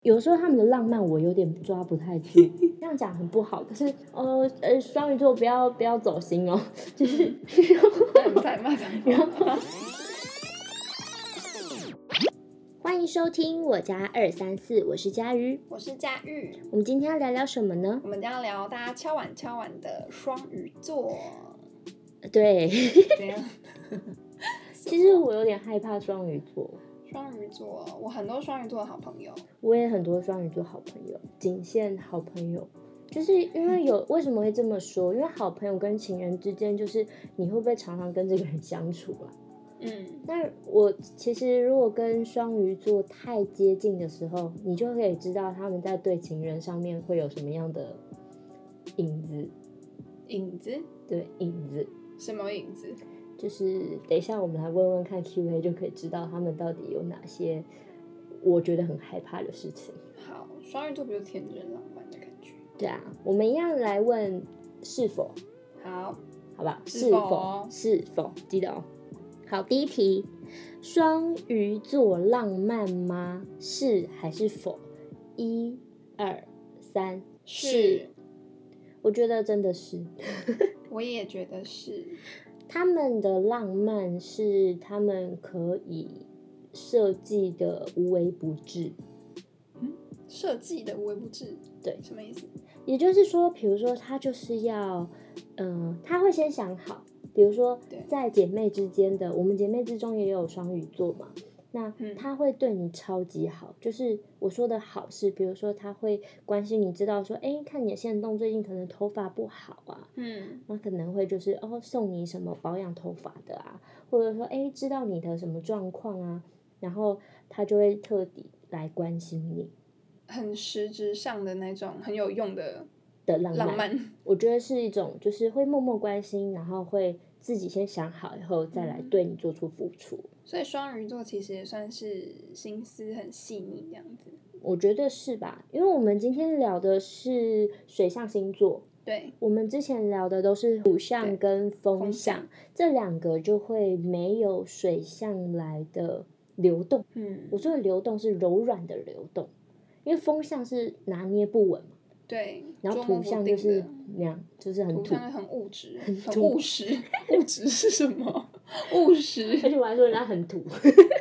有时候他们的浪漫我有点抓不太住，这样讲很不好。可是双鱼座不要走心哦，就是太慢。 欢迎收听我家234，我是佳瑜， 我是佳玉。 我们今天要聊聊什么呢？ 我们将要聊大家敲碗的双鱼座。 对， 怎样？ 其实我有点害怕双鱼座。 双鱼座，我很多双鱼座的好朋友， 我也很多双鱼座好朋友，仅限好朋友。就是因为为什么会这么说？因为好朋友跟情人之间，就是你会不会常常跟这个人相处啊？那我其实如果跟双鱼座太接近的时候，你就可以知道他们在对情人上面会有什么样的影子。 影子？ 对，影子。 什么影子？ 就是等一下我们来问问看 Q&A 就可以知道他们到底有哪些我觉得很害怕的事情。 好，双鱼座比较天真浪漫的感觉。 对啊，我们一样来问是否。好吧，是否记得哦。好，第一题，双鱼座浪漫吗？是还是否？1、2、3，是。我觉得真的是。 我也觉得是。 他们的浪漫是他们可以设计的无微不至。 设计的无微不至？ 对， 什么意思？ 也就是说，比如说他就是要，他会先想好，比如说在姐妹之间的，我们姐妹之中也有双鱼座嘛，那他会对你超级好，就是我说的好是，比如说他会关心你，知道说，看你的限动最近可能头发不好啊，那可能会就是送你什么保养头发的啊，或者说知道你的什么状况啊，然后他就会特地来关心你。 很实质上的那种很有用的浪漫，我觉得是一种就是会默默关心，然后会自己先想好以后再来对你做出付出。 所以双鱼座其实也算是心思很细腻这样子。 我觉得是吧？因为我们今天聊的是水象星座， 对， 我们之前聊的都是土象跟风象，这两个就会没有水象来的流动。我说的流动是柔软的流动。因为风象是拿捏不稳嘛， 对， 然后土象就是那样，就是很土， 土象很物质，很务实。物质是什么？务实。 而且我还说人家很土，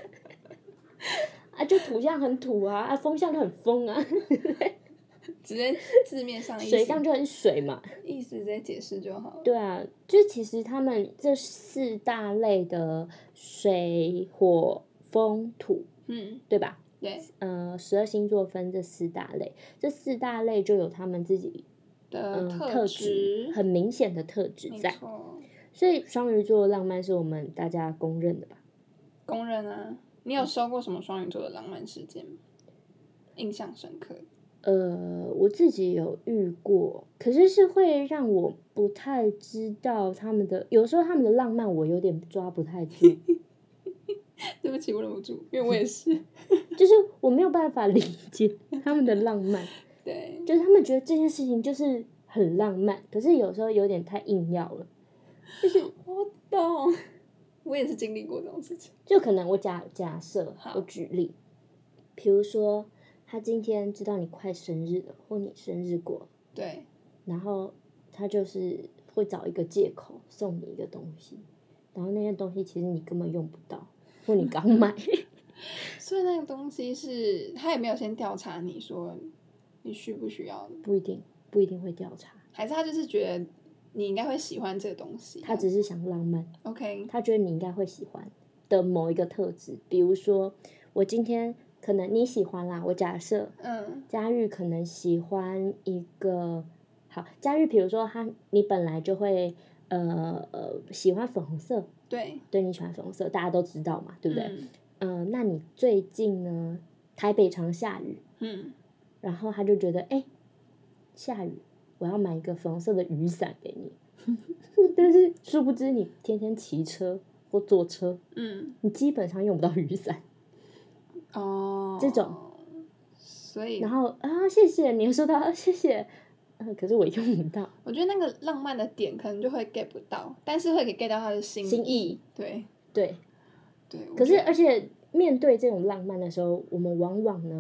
就土象很土啊，风象就很风啊， 直接字面上意思。 水象就很水嘛， 意思直接解释就好了。 对啊，就其实他们这4大类的水、火、风、土，对吧？ 对 ，12星座分这4大类，这4大类就有他们自己的特质， 很明显的特质在。所以双鱼座的浪漫是我们大家公认的吧？ 公认啊！你有收过什么双鱼座的浪漫事件吗？印象深刻？ 我自己有遇过，可是会让我不太知道他们的，有时候他们的浪漫我有点抓不太住。 对不起，我忍不住，因为我也是， 就是我没有办法理解他们的浪漫。 对， 就是他们觉得这件事情就是很浪漫，可是有时候有点太硬要了。就是我懂，我也是经历过这种事情。 就可能我假设，我举例，比如说他今天知道你快生日了，或你生日过， 对， 然后他就是会找一个借口送你一个东西，然后那件东西其实你根本用不到。或你刚买， 所以那个东西是他也没有先调查你说你需不需要， 不一定会调查， 还是他就是觉得你应该会喜欢这个东西， 他只是想浪漫。 OK， 他觉得你应该会喜欢的某一个特质，比如说我今天可能你喜欢啦，我假设，佳玉可能喜欢一个好，佳玉比如说你本来就会喜欢粉红色。对，你喜欢粉红色，大家都知道嘛，对不对？那你最近呢？台北常下雨，然后他就觉得，下雨，我要买一个粉红色的雨伞给你。但是殊不知，你天天骑车或坐车，你基本上用不到雨伞。这种， 所以， 然后谢谢你收到，谢谢。可是我用不到。 我觉得那个浪漫的点可能就会 get 不到，但是会给 get 到他的心意。对。 可是而且面对这种浪漫的时候，我们往往呢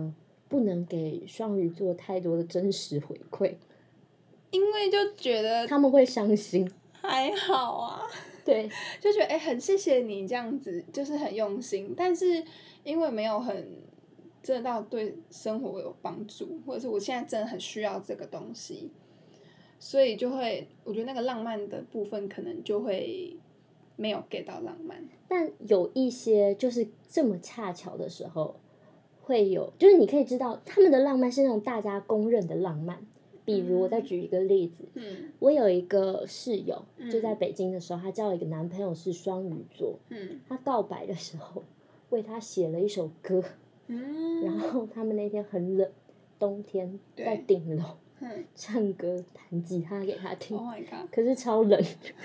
不能给双鱼座太多的真实回馈， 因为就觉得他们会伤心。 还好啊， 对， 就觉得很谢谢你这样子，就是很用心，但是因为没有很真的到对生活有帮助，或者是我现在真的很需要这个东西，所以就会我觉得那个浪漫的部分可能就会没有 get 到浪漫。 但有一些就是这么恰巧的时候，会有就是你可以知道他们的浪漫是那种大家公认的浪漫。比如我再举一个例子，我有一个室友，就在北京的时候，她交了一个男朋友是双鱼座，她告白的时候为他写了一首歌，然后他们那天很冷，冬天在顶楼唱歌弹吉他给他听， Oh my god， 可是超冷，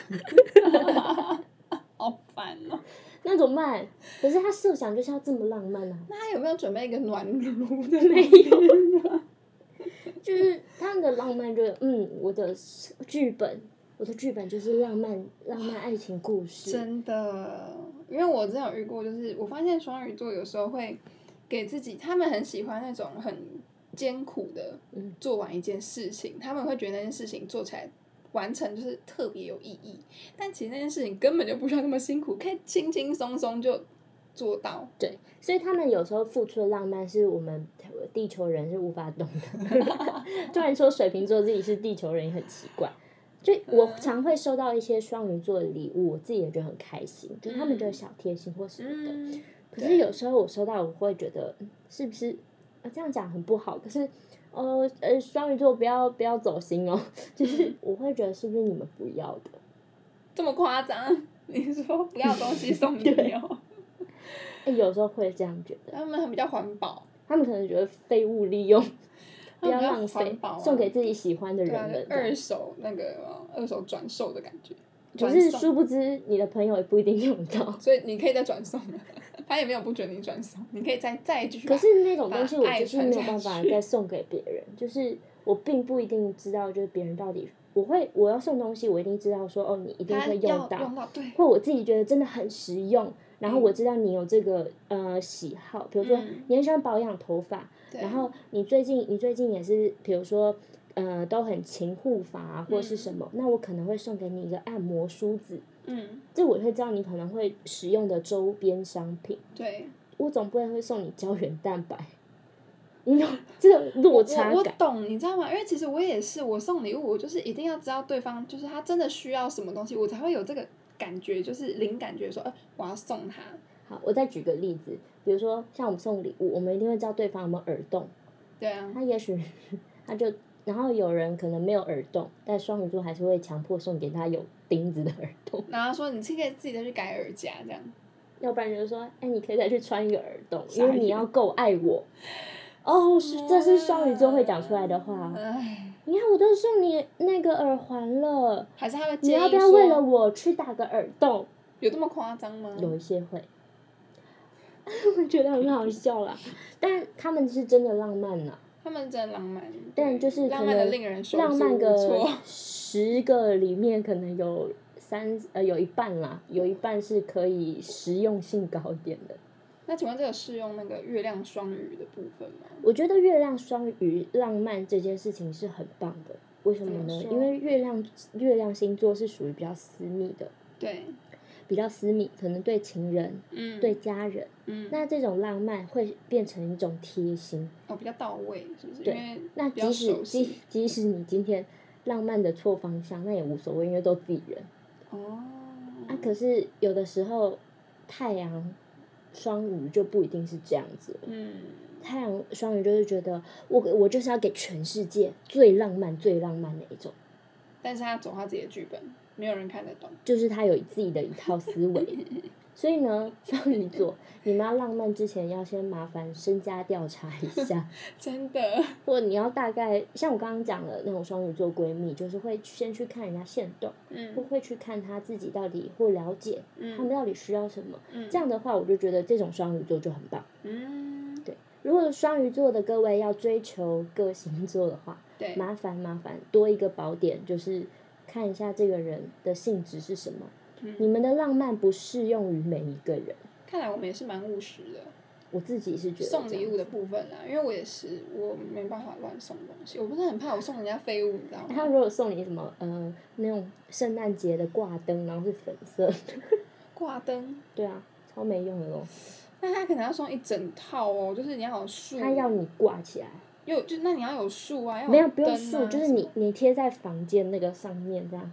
好烦哦。 那怎么办？可是他设想就是要这么浪漫啊。 那他有没有准备一个暖炉？ 没有。就是他的浪漫就是我的剧本就是浪漫爱情故事。 真的，因为我真的有遇过，就是我发现双鱼座有时候会给自己，他们很喜欢那种很艰苦的做完一件事情，他们会觉得那件事情做起来完成就是特别有意义，但其实那件事情根本就不需要那么辛苦，可以轻轻松松就做到。 对，所以他们有时候付出的浪漫是我们地球人是无法懂的。突然说水瓶座自己是地球人也很奇怪。就我常会收到一些双鱼座的礼物，我自己也觉得很开心，就是他们觉得小贴心或什么的。可是有时候我收到，我会觉得是不是这样讲很不好？可是双鱼座不要走心哦，就是我会觉得是不是你们不要的？ 这么夸张？你说不要东西送你哦？ 有时候会这样觉得。 他们比较环保， 他们可能觉得废物利用，不要浪费，送给自己喜欢的人们。 二手转售的感觉。 可是殊不知你的朋友也不一定用到， 所以你可以再转送了，他也没有不准你转送，你可以再继续。 可是那种东西我就是没有办法再送给别人，就是我并不一定知道，就是别人到底我要送东西，我一定知道说你一定会用到， 对， 或我自己觉得真的很实用。然后我知道你有这个喜好，比如说你很喜欢保养头发，然后你最近也是，比如说都很勤护发啊，或是什么，那我可能会送给你一个按摩梳子，这我会知道你可能会使用的周边商品。 对， 我总不会送你胶原蛋白，你懂这个落差感。 我懂，你知道吗？因为其实我也是，我送礼物，我就是一定要知道对方就是他真的需要什么东西，我才会有这个感觉，就是灵感觉说，我要送他。 好，我再举个例子，比如说像我们送礼物，我们一定会知道对方有没有耳洞。 对啊。 他也许他就，然后有人可能没有耳洞，但双鱼座还是会强迫送给他有钉子的耳洞。 然后说你可以自己再去改耳夹这样。 要不然就是说，你可以再去穿一个耳洞，因为你要够爱我。这是双鱼座会讲出来的话。你看，我都送你那个耳环了， 还是他会你要不要为了我去打个耳洞？ 有这么夸张吗？ 有一些会，我觉得很好笑啦。但他们是真的浪漫啊。 他们真的浪漫。 但就是可能浪漫个10个里面，可能有有一半啦，有一半是可以实用性高一点的。 那请问这个适用那个月亮双鱼的部分吗？ 我觉得月亮双鱼浪漫这件事情是很棒的，为什么呢？因为月亮星座是属于比较私密的， 对， 比较私密，可能对情人，对家人，那这种浪漫会变成一种贴心， 比较到位，是不是？ 对，那即使你今天浪漫的错方向，那也无所谓，因为都自己人。可是有的时候太阳双鱼就不一定是这样子了。太阳双鱼就是觉得我就是要给全世界最浪漫的一种， 但是他走他自己的剧本，没有人看得懂， 就是他有自己的一套思维。所以呢，双鱼座，你们要浪漫之前要先麻烦身家调查一下， 真的。 或者你要大概像我刚刚讲的那种双鱼座闺蜜，就是会先去看人家限动，或会去看她自己到底或了解，他们到底需要什么。这样的话，我就觉得这种双鱼座就很棒。对，如果双鱼座的各位要追求各星座的话，麻烦多一个宝典，就是看一下这个人的性质是什么。你们的浪漫不适用于每一个人。 看来我们也是蛮务实的。 我自己是觉得送礼物的部分啦，因为我也是，我没办法乱送东西，我不是很怕我送人家废物，你知道吗？ 他如果送你什么那种圣诞节的挂灯，然后是粉色的。 挂灯？ 对啊，超没用的咯。 那他可能要送一整套哦，就是你要有树。 他要你挂起来。 那你要有树啊，要有没有不用树， 就是你贴在房间那个上面这样。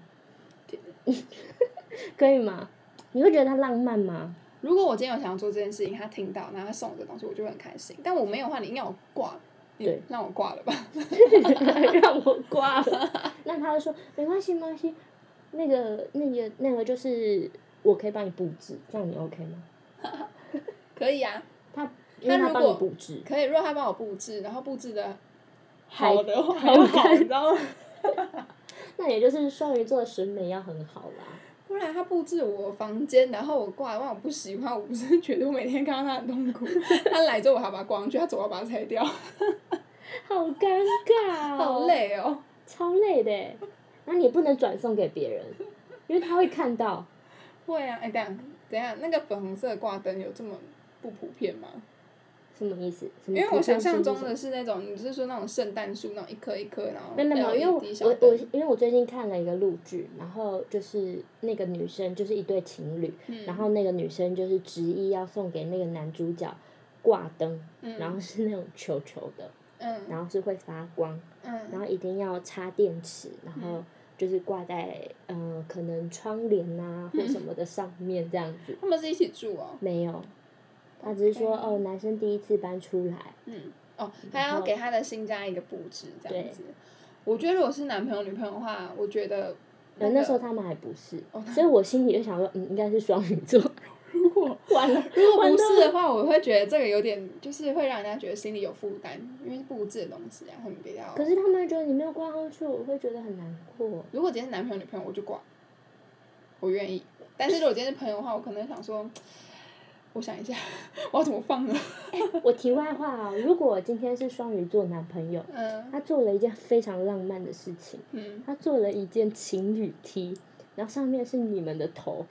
可以吗？你会觉得他浪漫吗？ 如果我今天有想要做这件事情，他听到，然后他送我这东西，我就会很开心。但我没有的话，你硬要我挂，对，让我挂了吧。 让我挂了，那他就说没关系没关系，那个就是我可以帮你布置，这样你 OK 吗？ 可以啊， 他帮你布置， 可以，如果他帮我布置，然后布置的好的话，还好，你知道吗？ 那也就是双鱼座的审美要很好啦。 不然他布置我房间，然后我挂，万我不喜欢，我不是觉得我每天看到他很痛苦。他来之后我还把它挂上去，他走我要把它拆掉。 好尴尬哦。 好累哦。 超累的，那你也不能转送给别人，因为他会看到。 会啊，等一下，那个粉红色的挂灯有这么不普遍吗？ 什么意思？ 因为我想象中的是那种，你是说那种圣诞树那种一颗一颗，然后没有，因为我最近看了一个陆剧，然后就是那个女生就是一对情侣，然后那个女生就是执意要送给那个男主角挂灯，然后是那种球球的，然后是会发光，然后一定要插电池，然后就是挂在可能窗帘啊或什么的上面这样子。 他们是一起住哦？ 没有。他只是说男生第一次搬出来。 他要给他的新家一个布置这样子。我觉得如果是男朋友女朋友的话，我觉得。 那时候他们还不是，所以我心里就想说，应该是双鱼座。 如果完了，如果不是的话，我会觉得这个有点就是会让人家觉得心里有负担，因为布置的东西啊，很比较。 可是他们觉得你没有挂上去，我会觉得很难过。 如果今天是男朋友女朋友，我就挂，我愿意。但是如果今天是朋友的话，我可能想说。我想一下，我要怎么放呢？ 我题外话啊，如果今天是双鱼座男朋友，他做了一件非常浪漫的事情，他做了一件情侣 T， 然后上面是你们的头，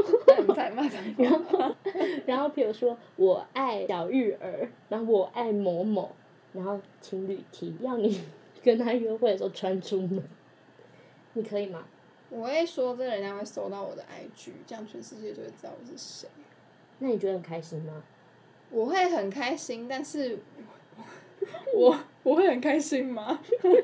然后比如说我爱小玉儿，然后我爱某某，然后情侣 T， 要你跟他约会的时候穿出门，你可以吗？ 我会说这人家会搜到我的 IG， 这样全世界就会知道我是谁。 那你觉得很开心吗？ 我会很开心，但是我会很开心吗？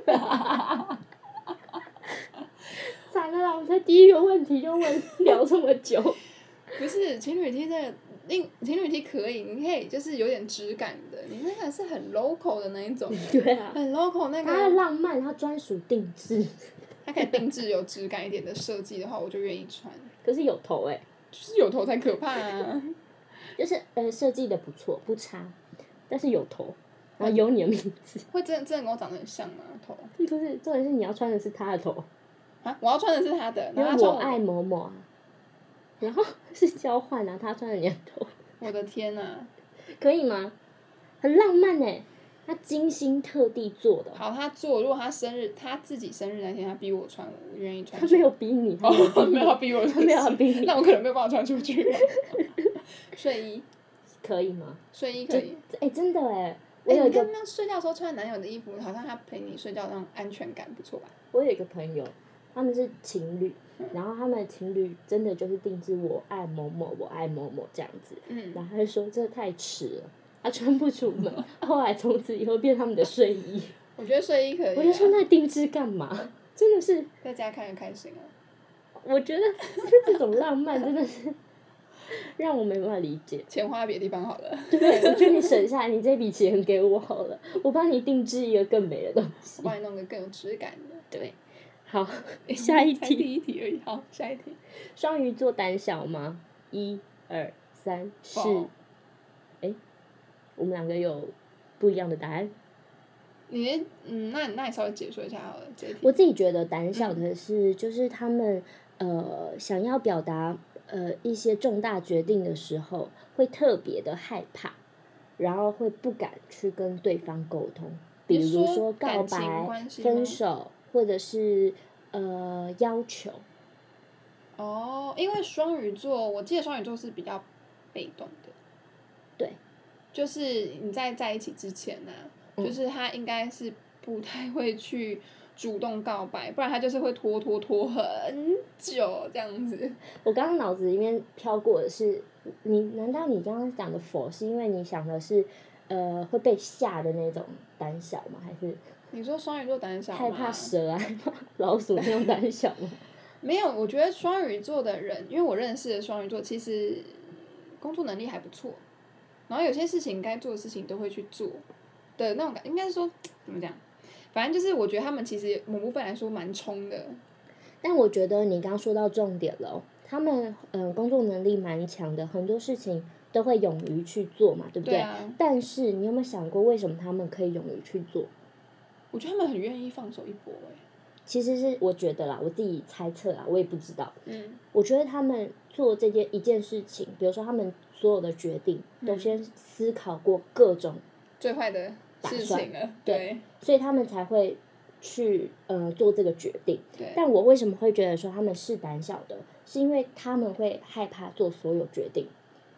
惨了啦！我才第一个问题就聊这么久。 不是情侣 T 这个，情侣 T 可以，你可以就是有点质感的，你那个是很 local 的那一种。 对啊。 很 local 那个。 它浪漫，它专属定制。 它可以定制有质感一点的设计的话，我就愿意穿。 可是有头就是有头才可怕啊。 就是设计的不错，不差，但是有头，然后有你的名字。 会真的跟我长得很像吗？头？ 不是，重点是你要穿的是他的头。 啊！我要穿的是他的， 然后我爱某某啊。然后是交换啊，他穿的你的头。 我的天哪！ 可以吗？很浪漫他精心特地做的。 好，他做，如果他自己生日那天，他逼我穿，我愿意穿。 他没有逼你，他没有逼我， 他没有逼你， 那我可能没有办法穿出去。睡衣可以吗？ 睡衣可以。 真的我有一个。那睡觉的时候穿男友的衣服，好像他陪你睡觉那种安全感不错吧？ 我有一个朋友，他们是情侣，然后他们的情侣真的就是定制我爱某某，我爱某某这样子。然后他就说这太迟了，他穿不出门。后来从此以后变他们的睡衣。 我觉得睡衣可以。 我就说那定制干嘛？真的是。 在家看着开心啊。 我觉得这种浪漫真的是。让我没办法理解。 钱花在别的地方好了。 对，我觉得你省下来，你这笔钱给我好了，我帮你定制一个更美的东西。 我帮你弄个更有质感的。 对，好，下一题。 才第一题而已，好，下一题。 双鱼座胆小吗？1、2、3，是。我们两个有不一样的答案。 那你稍微解说一下好了，这一题。 我自己觉得胆小的是，就是他们想要表达。一些重大决定的时候，会特别的害怕，然后会不敢去跟对方沟通，比如说告白、分手，或者是要求。 因为双鱼座，我记得双鱼座是比较被动的。 对。 就是你在一起之前呢、就是他应该是不太会去主动告白，不然他就是会拖很久这样子。 我刚刚脑子里面飘过的是，难道你刚刚讲的否是因为你想的是会被吓的那种胆小吗？还是你说双鱼座胆小吗？ 害怕蛇啊、害怕老鼠那种胆小吗？ 没有，我觉得双鱼座的人，因为我认识的双鱼座其实工作能力还不错，然后有些事情该做的事情都会去做的那种感，应该说怎么讲？反正就是我觉得他们其实某部分来说蛮冲的。 但我觉得你刚刚说到重点了，他们工作能力蛮强的，很多事情都会勇于去做嘛，对不对？ 对啊。 但是你有没有想过，为什么他们可以勇于去做？ 我觉得他们很愿意放手一搏其实是我觉得啦，我自己猜测啦，我也不知道。我觉得他们做一件事情，比如说他们所有的决定，都先思考过各种最坏的事情了，对， 所以他们才会去做这个决定。但我为什么会觉得说他们是胆小的，是因为他们会害怕做所有决定。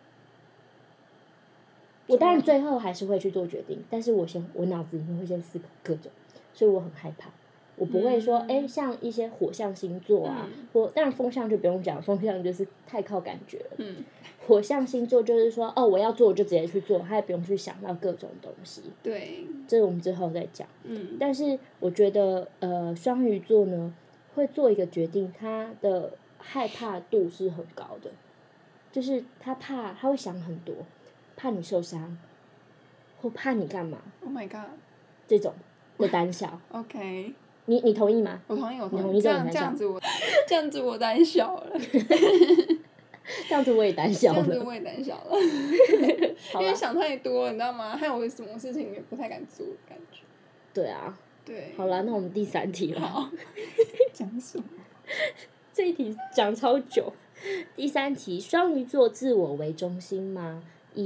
我当然最后还是会去做决定，但是我脑子里面会先思考各种，所以我很害怕。我不会说，像一些火象星座啊，当然风象就不用讲，风象就是太靠感觉了。火象星座就是说，我要做我就直接去做，他也不用去想到各种东西。 对， 这我们之后再讲。但是我觉得，双鱼座呢，会做一个决定，他的害怕度是很高的，就是他会想很多，怕你受伤，或怕你干嘛。 Oh my god！ 这种的胆小。 OK。 你同意吗？ 我同意。 你同意这样子我胆小了。 这样子我也胆小了。 这样子我也胆小了。因为想太多了，你知道吗？还有什么事情也不太敢做的感觉。 对啊。 对。 好啦，那我们第3题了。 好。讲什么？ 这一题讲超久。第3题，双鱼座自我为中心吗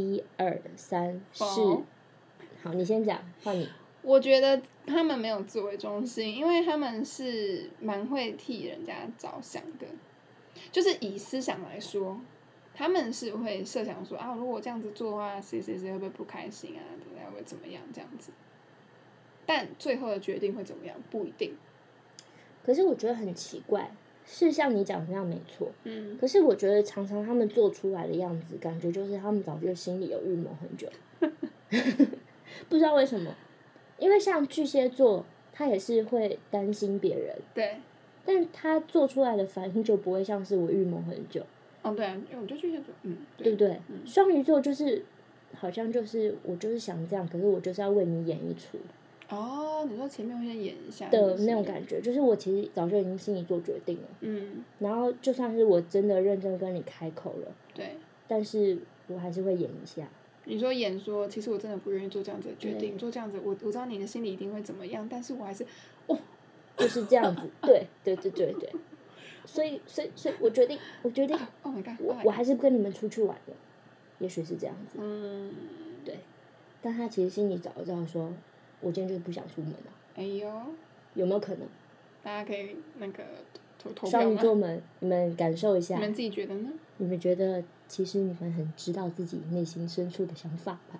？1、2、3、4。好，你先讲，换你。 我觉得他们没有自我为中心，因为他们是蛮会替人家着想的，就是以思想来说，他们是会设想说如果我这样子做的话，谁会不会不开心啊？会不会怎么样这样子？但最后的决定会怎么样不一定。 可是我觉得很奇怪，是像你讲的那样没错，可是我觉得常常他们做出来的样子，感觉就是他们早就心里有预谋很久，不知道为什么。因为像巨蟹座，他也是会担心别人， 对， 但他做出来的反应就不会像是我预谋很久。 对啊，因为我觉得巨蟹座， 对不对？双鱼座就是好像就是我就是想这样，可是我就是要为你演一出。 你说前面会先演一下的那种感觉，就是我其实早就已经心里做决定了。然后就算是我真的认真跟你开口了， 对， 但是我还是会演一下。 你说演说，其实我真的不愿意做这样子的决定，做这样子，我知道你的心里一定会怎么样，但是我还是， 就是这样子，对。所以我决定 ，Oh my god， 我还是不跟你们出去玩了，也许是这样子。对，但他其实心里早就知道说，我今天就是不想出门了。 哎呦， 有没有可能？ 大家可以那个投票吗？ 双鱼座们，你们感受一下。 你们自己觉得呢？ 你们觉得其实你们很知道自己内心深处的想法吧？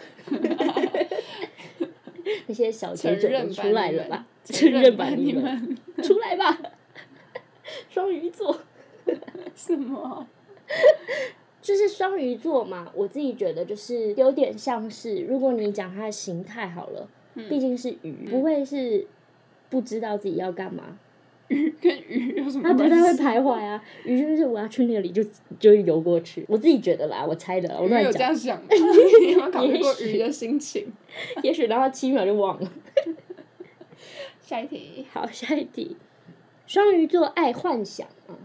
那些小九九都出来了吧？承认吧你们，出来吧！双鱼座。 什么？ 就是双鱼座嘛，我自己觉得就是有点像是，如果你讲它的形态好了，毕竟是鱼，不会是不知道自己要干嘛。 鱼跟鱼有什么关系？ 它不太会徘徊啊，鱼就是我要去那里就游过去。我自己觉得啦，我猜的，我乱讲。 有这样想吗？你有没有考虑过鱼的心情？ 也许然后7秒就忘了。 下一题。 好，下一题。双鱼座爱幻想啊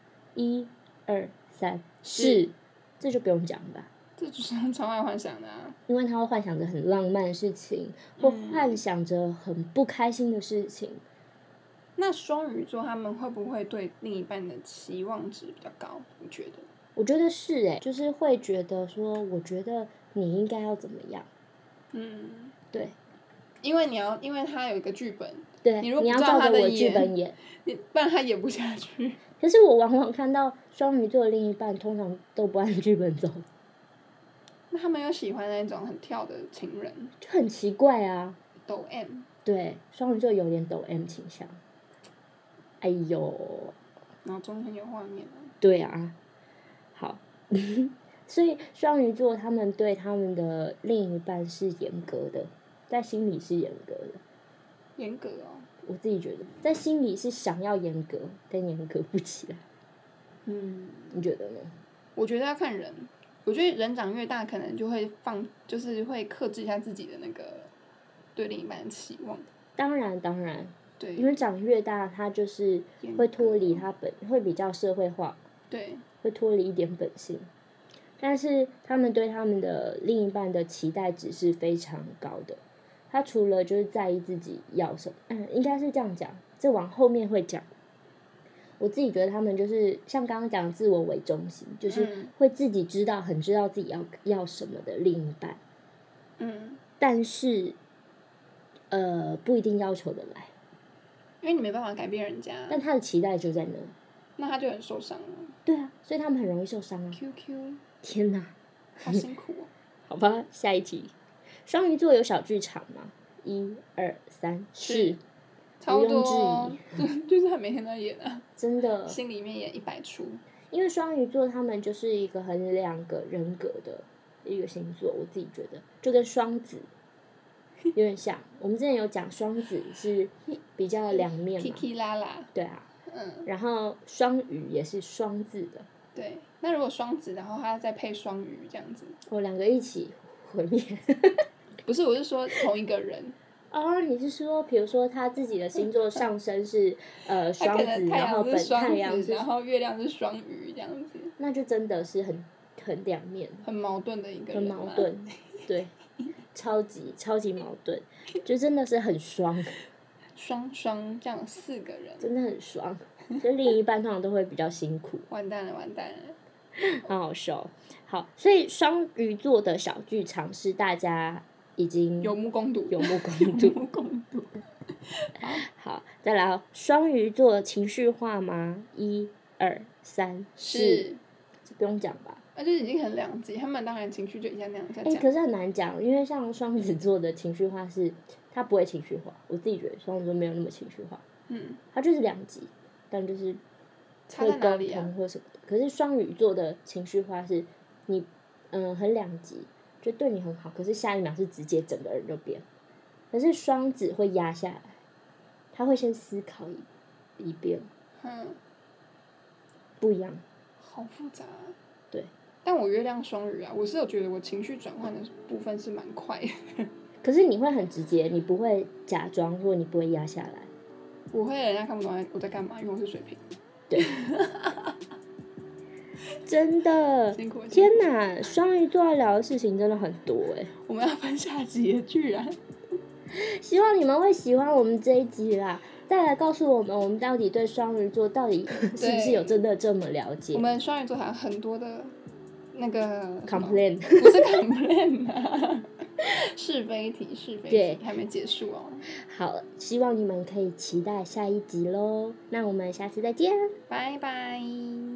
，1、2、3、4，这就不用讲了吧？ 这就是超爱幻想的啊。 因为他会幻想着很浪漫的事情，或幻想着很不开心的事情。 那双鱼座他们会不会对另一半的期望值比较高？你觉得？ 我觉得是就是会觉得说，我觉得你应该要怎么样。对。 因为他有一个剧本， 对， 你如果要照着我剧本演， 不然他演不下去。 可是我往往看到双鱼座的另一半通常都不按剧本走。 那他们又喜欢那种很跳的情人， 就很奇怪啊。 抖 M。 对，双鱼座有点抖 M 倾向。哎呦。 脑中很有画面啊。 对啊。好。所以双鱼座他们对他们的另一半是严格的，在心里是严格的。 严格哦。 我自己觉得，在心里是想要严格，但严格不起来。你觉得呢？ 我觉得要看人。我觉得人长越大，可能就会就是会克制一下自己的那个对另一半的期望。 当然。 对。 因为长越大，他就是会脱离他会比较社会化。 对。 会脱离一点本性。但是他们对他们的另一半的期待值是非常高的。他除了就是在意自己要什么，应该是这样讲，这往后面会讲。我自己觉得他们就是像刚刚讲的自我为中心，就是会自己很知道自己要什么的另一半。但是不一定要求得来。 因为你没办法改变人家。 但他的期待就在那。 那他就很受伤了。 对啊，所以他们很容易受伤啊。 QQ。 天哪。 好辛苦哦。 好吧，下一题。双鱼座有小剧场吗？1、2、3，是。 超多哦。就是他每天都在演啊。 真的。 心里面演100出。 因为双鱼座他们就是一个很2个人格的一个星座，我自己觉得就跟双子有点像。我们之前有讲双子是比较两面嘛。 Kiki 啦啦。 对啊。然后双鱼也是双字的。 对。那如果双子，然后他再配双鱼这样子。 2个一起毁灭。 不是，我是说同一个人。 你是说比如说他自己的星座上升是双子，然后太阳是， 然后月亮是双鱼这样子。 那就真的是很两面。 很矛盾的一个人。 很矛盾。对。超级矛盾，就真的是很双。双这样4个人。 真的很双，就另一半通常都会比较辛苦。 完蛋了。 很好笑。好，所以双鱼座的小剧场是大家已经有目共睹。 好，再来哦。双鱼座情绪化吗？1、2、3，是。这不用讲吧？ 就已经很两极，他们当然情绪就一下那样一下讲。 可是很难讲，因为像双子座的情绪化是，他不会情绪化。我自己觉得双子座没有那么情绪化。他就是两极，但就是会沟通或什么的。可是双鱼座的情绪化是，你很两极，就对你很好，可是下一秒是直接整个人就变。可是双子会压下来，他会先思考一遍。不一样。 好复杂啊。 对。 但我月亮双鱼啊，我是有觉得我情绪转换的部分是蛮快的。 可是你会很直接，你不会假装，或你不会压下来。 我会，人家看不懂我在干嘛，因为我是水瓶。 对。真的。 辛苦了。 天哪，双鱼座要聊的事情真的很多我们要分下集了，居然。 希望你们会喜欢我们这一集啦。再来告诉我们到底对双鱼座到底是不是有真的这么了解？ 我们双鱼座还有很多的那个 complain。 不是 complain 啊。是非题还没结束哦。 好，希望你们可以期待下一集咯。那我们下次再见。 拜拜。